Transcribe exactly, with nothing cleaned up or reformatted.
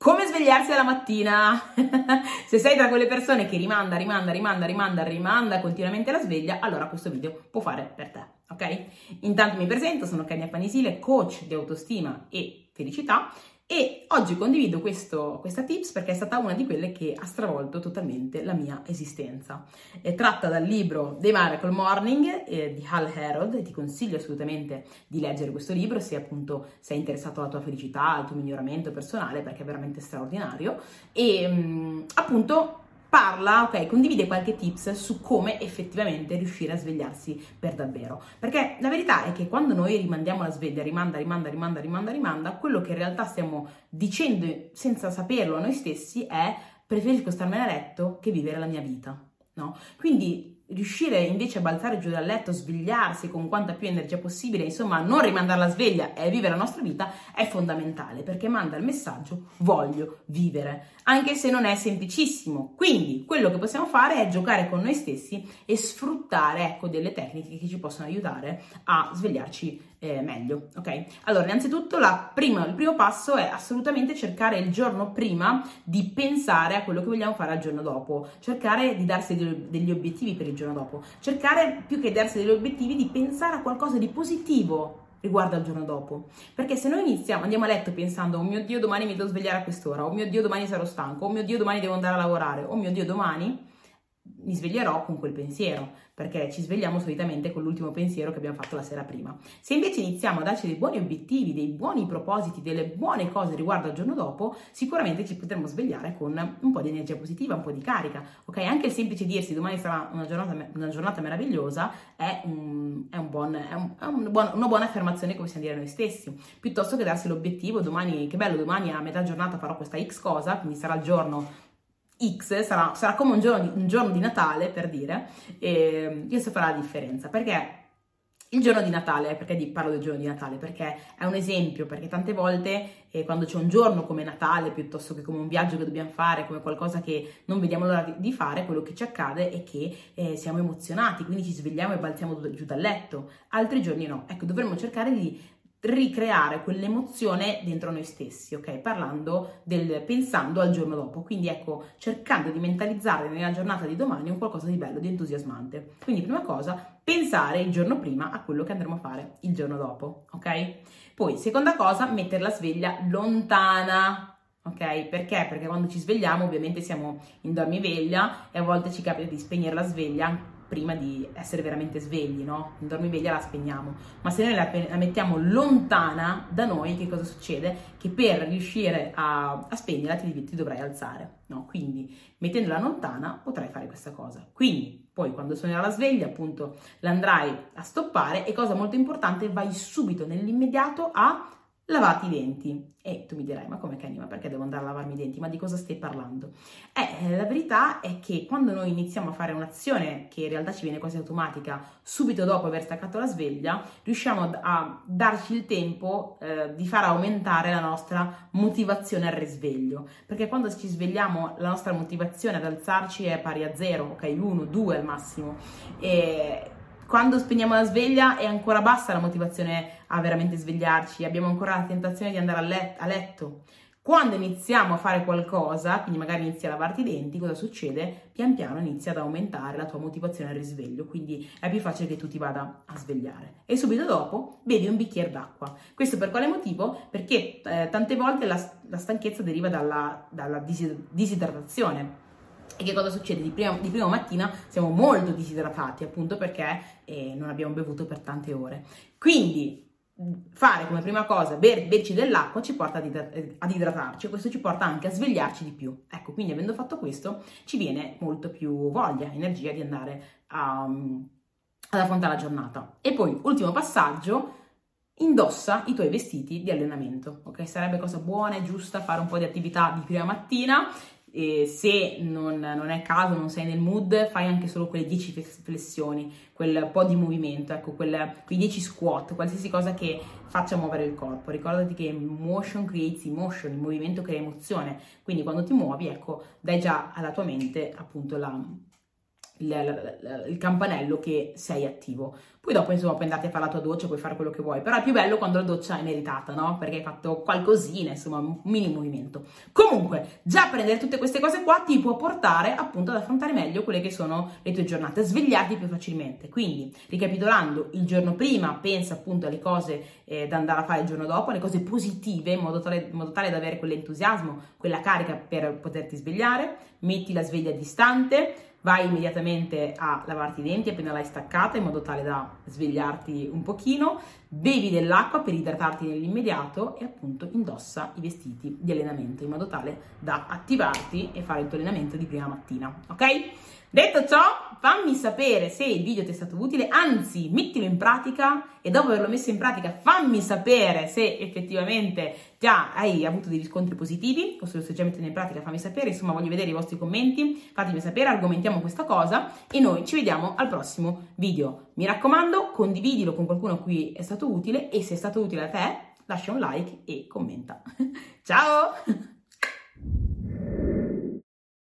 Come svegliarsi alla mattina? Se sei tra quelle persone che rimanda, rimanda, rimanda, rimanda, rimanda continuamente la sveglia, allora questo video può fare per te, ok? Intanto mi presento, sono Kenia Panisile, coach di autostima e felicità, e oggi condivido questo, questa tips perché è stata una di quelle che ha stravolto totalmente la mia esistenza. È tratta dal libro The Miracle Morning eh, di Hal Herold, e ti consiglio assolutamente di leggere questo libro se appunto sei interessato alla tua felicità, al tuo miglioramento personale, perché è veramente straordinario. E mh, appunto parla, ok, condivide qualche tips su come effettivamente riuscire a svegliarsi per davvero. Perché la verità è che quando noi rimandiamo la sveglia, rimanda, rimanda, rimanda, rimanda, rimanda, quello che in realtà stiamo dicendo senza saperlo a noi stessi è: preferisco starmene a letto che vivere la mia vita, no? Quindi riuscire invece a balzare giù dal letto, svegliarsi con quanta più energia possibile, insomma non rimandare la sveglia e vivere la nostra vita, è fondamentale, perché manda il messaggio voglio vivere, anche se non è semplicissimo. Quindi quello che possiamo fare è giocare con noi stessi e sfruttare, ecco, delle tecniche che ci possono aiutare a svegliarci eh, meglio, ok? Allora, innanzitutto la prima, il primo passo è assolutamente cercare il giorno prima di pensare a quello che vogliamo fare al giorno dopo, cercare di darsi degli obiettivi per il giorno dopo, cercare più che darsi degli obiettivi di pensare a qualcosa di positivo riguardo al giorno dopo, perché se noi iniziamo, andiamo a letto pensando oh mio Dio domani mi devo svegliare a quest'ora, oh mio Dio domani sarò stanco, oh mio Dio domani devo andare a lavorare, oh mio Dio domani mi sveglierò con quel pensiero, perché ci svegliamo solitamente con l'ultimo pensiero che abbiamo fatto la sera prima. Se invece iniziamo a darci dei buoni obiettivi, dei buoni propositi, delle buone cose riguardo al giorno dopo, sicuramente ci potremo svegliare con un po' di energia positiva, un po' di carica, ok? Anche il semplice dirsi domani sarà una giornata, una giornata meravigliosa è, un, è, un buon, è, un, è un buon, una buona affermazione che possiamo dire a noi stessi, piuttosto che darsi l'obiettivo domani, che bello, domani a metà giornata farò questa X cosa, quindi sarà il giorno X, sarà, sarà come un giorno, di, un giorno di Natale, per dire, e questo farà la differenza. Perché il giorno di Natale, perché parlo del giorno di Natale? Perché è un esempio, perché tante volte eh, quando c'è un giorno come Natale, piuttosto che come un viaggio che dobbiamo fare, come qualcosa che non vediamo l'ora di, di fare, quello che ci accade è che eh, siamo emozionati, quindi ci svegliamo e balziamo giù dal letto. Altri giorni no. Ecco, dovremmo cercare di ricreare quell'emozione dentro noi stessi, ok? Parlando del pensando al giorno dopo, quindi ecco, cercando di mentalizzare nella giornata di domani un qualcosa di bello, di entusiasmante. Quindi prima cosa, pensare il giorno prima a quello che andremo a fare il giorno dopo, ok? Poi, seconda cosa, mettere la sveglia lontana. Ok? Perché? Perché quando ci svegliamo ovviamente siamo in dormiveglia e a volte ci capita di spegnere la sveglia prima di essere veramente svegli, no? In dormiveglia la spegniamo, ma se noi la, la mettiamo lontana da noi, che cosa succede? Che per riuscire a, a spegnerla ti, ti dovrai alzare, no? Quindi mettendola lontana potrai fare questa cosa. Quindi poi quando suonerà la sveglia appunto l'andrai a stoppare e, cosa molto importante, vai subito nell'immediato a lavarti i denti. E tu mi dirai, ma come Kenia, ma perché devo andare a lavarmi i denti? Ma di cosa stai parlando? Eh, la verità è che quando noi iniziamo a fare un'azione che in realtà ci viene quasi automatica, subito dopo aver staccato la sveglia, riusciamo a darci il tempo eh, di far aumentare la nostra motivazione al risveglio, perché quando ci svegliamo la nostra motivazione ad alzarci è pari a zero, ok, uno, due al massimo, e quando spegniamo la sveglia è ancora bassa la motivazione a veramente svegliarci, abbiamo ancora la tentazione di andare a, let- a letto. Quando iniziamo a fare qualcosa, quindi magari inizi a lavarti i denti, cosa succede? Pian piano inizia ad aumentare la tua motivazione al risveglio, quindi è più facile che tu ti vada a svegliare. E subito dopo bevi un bicchiere d'acqua. Questo per quale motivo? Perché eh, tante volte la, la stanchezza deriva dalla, dalla dis- disidratazione. E che cosa succede? Di prima, di prima mattina siamo molto disidratati, appunto perché eh, non abbiamo bevuto per tante ore. Quindi fare come prima cosa, ber, berci dell'acqua ci porta ad, idrat- ad idratarci, e questo ci porta anche a svegliarci di più. Ecco, quindi avendo fatto questo ci viene molto più voglia, energia di andare a, um, ad affrontare la giornata. E poi, ultimo passaggio, indossa i tuoi vestiti di allenamento, ok? Sarebbe cosa buona e giusta fare un po' di attività di prima mattina. E se non, non è caso, non sei nel mood, fai anche solo quelle dieci flessioni, quel po' di movimento, ecco, quel, quei dieci squat, qualsiasi cosa che faccia muovere il corpo. Ricordati che motion creates emotion, il movimento crea emozione, quindi quando ti muovi, ecco, dai già alla tua mente appunto la, il, il, il campanello che sei attivo. Poi dopo, insomma, puoi andarti a fare la tua doccia, puoi fare quello che vuoi, però è più bello quando la doccia è meritata, no? Perché hai fatto qualcosina, insomma, un mini movimento. Comunque, già prendere tutte queste cose qua ti può portare appunto ad affrontare meglio quelle che sono le tue giornate, a svegliarti più facilmente. Quindi, ricapitolando, il giorno prima pensa appunto alle cose eh, da andare a fare il giorno dopo, alle cose positive, in modo tale, in modo tale da avere quell'entusiasmo, quella carica per poterti svegliare, metti la sveglia distante, vai immediatamente a lavarti i denti appena l'hai staccata in modo tale da svegliarti un pochino, bevi dell'acqua per idratarti nell'immediato e appunto indossa i vestiti di allenamento in modo tale da attivarti e fare il tuo allenamento di prima mattina, ok? Detto ciò, fammi sapere se il video ti è stato utile, anzi mettilo in pratica e dopo averlo messo in pratica fammi sapere se effettivamente già hai avuto dei riscontri positivi o se lo stai già mettendo in pratica, fammi sapere, insomma voglio vedere i vostri commenti, fatemi sapere, argomentiamo questa cosa e noi ci vediamo al prossimo video. Mi raccomando, condividilo con qualcuno a cui è stato utile e se è stato utile a te lascia un like e commenta. Ciao!